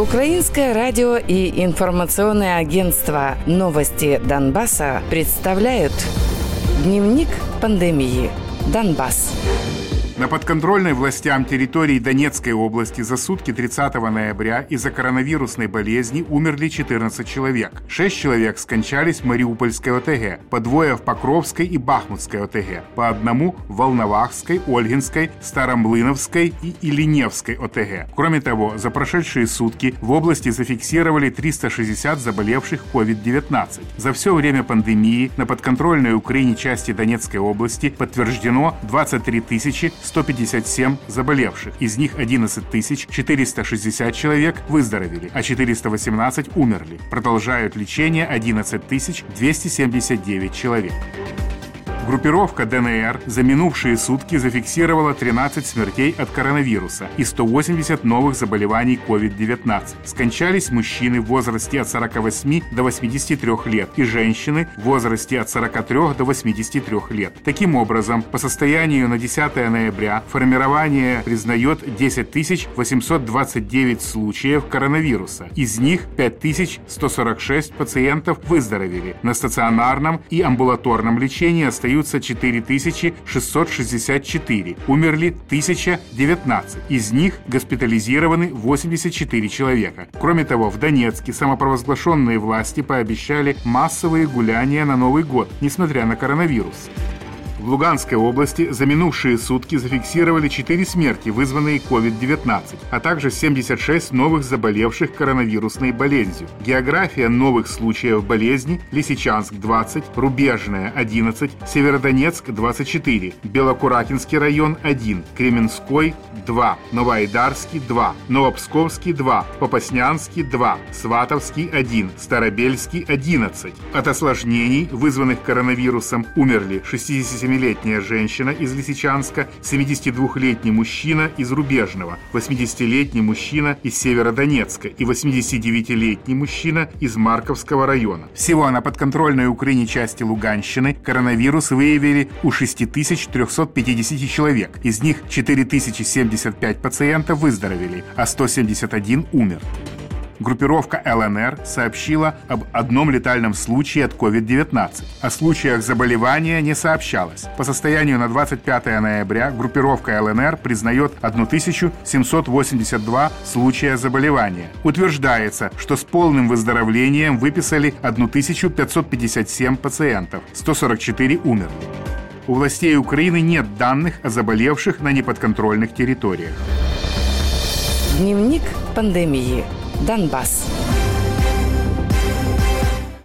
Украинское радио и информационное агентство «Новости Донбасса» представляют Дневник пандемии. Донбасс. На подконтрольной властям территории Донецкой области за сутки 30 ноября из-за коронавирусной болезни умерли 14 человек. 6 человек скончались в Мариупольской ОТГ, по двое в Покровской и Бахмутской ОТГ, по одному в Волновахской, Ольгинской, Старомлыновской и Ильиневской ОТГ. Кроме того, за прошедшие сутки в области зафиксировали 360 заболевших COVID-19. За все время пандемии на подконтрольной Украине части Донецкой области подтверждено 23 157 заболевших. Из них 11 460 человек выздоровели, а 418 умерли. Продолжают лечение 11 279 человек. Группировка ДНР за минувшие сутки зафиксировала 13 смертей от коронавируса и 180 новых заболеваний COVID-19. Скончались мужчины в возрасте от 48 до 83 лет и женщины в возрасте от 43 до 83 лет. Таким образом, по состоянию на 10 ноября формирование признает 10 829 случаев коронавируса. Из них 5146 пациентов выздоровели. На стационарном и амбулаторном лечении остаются 4664, умерли 1019, из них госпитализированы 84 человека. Кроме того, в Донецке самопровозглашенные власти пообещали массовые гуляния на Новый год, несмотря на коронавирус. В Луганской области за минувшие сутки зафиксировали 4 смерти, вызванные COVID-19, а также 76 новых заболевших коронавирусной болезнью. География новых случаев болезни: Лисичанск – 20, Рубежная – 11, Северодонецк – 24, Белокуракинский район – 1, Кременской – 2, Новоайдарский – 2, Новопсковский – 2, Попаснянский – 2, Сватовский – 1, Старобельский – 11. От осложнений, вызванных коронавирусом, умерли 67-летняя женщина из Лисичанска, 72-летний мужчина из Рубежного, 80-летний мужчина из Северодонецка и 89-летний мужчина из Марковского района. Всего на подконтрольной Украине части Луганщины коронавирус выявили у 6350 человек. Из них 4075 пациентов выздоровели, а 171 умер. Группировка ЛНР сообщила об одном летальном случае от COVID-19. О случаях заболевания не сообщалось. По состоянию на 25 ноября группировка ЛНР признает 1782 случая заболевания. Утверждается, что с полным выздоровлением выписали 1557 пациентов, 144 умерли. У властей Украины нет данных о заболевших на неподконтрольных территориях. Дневник пандемии. Донбасс.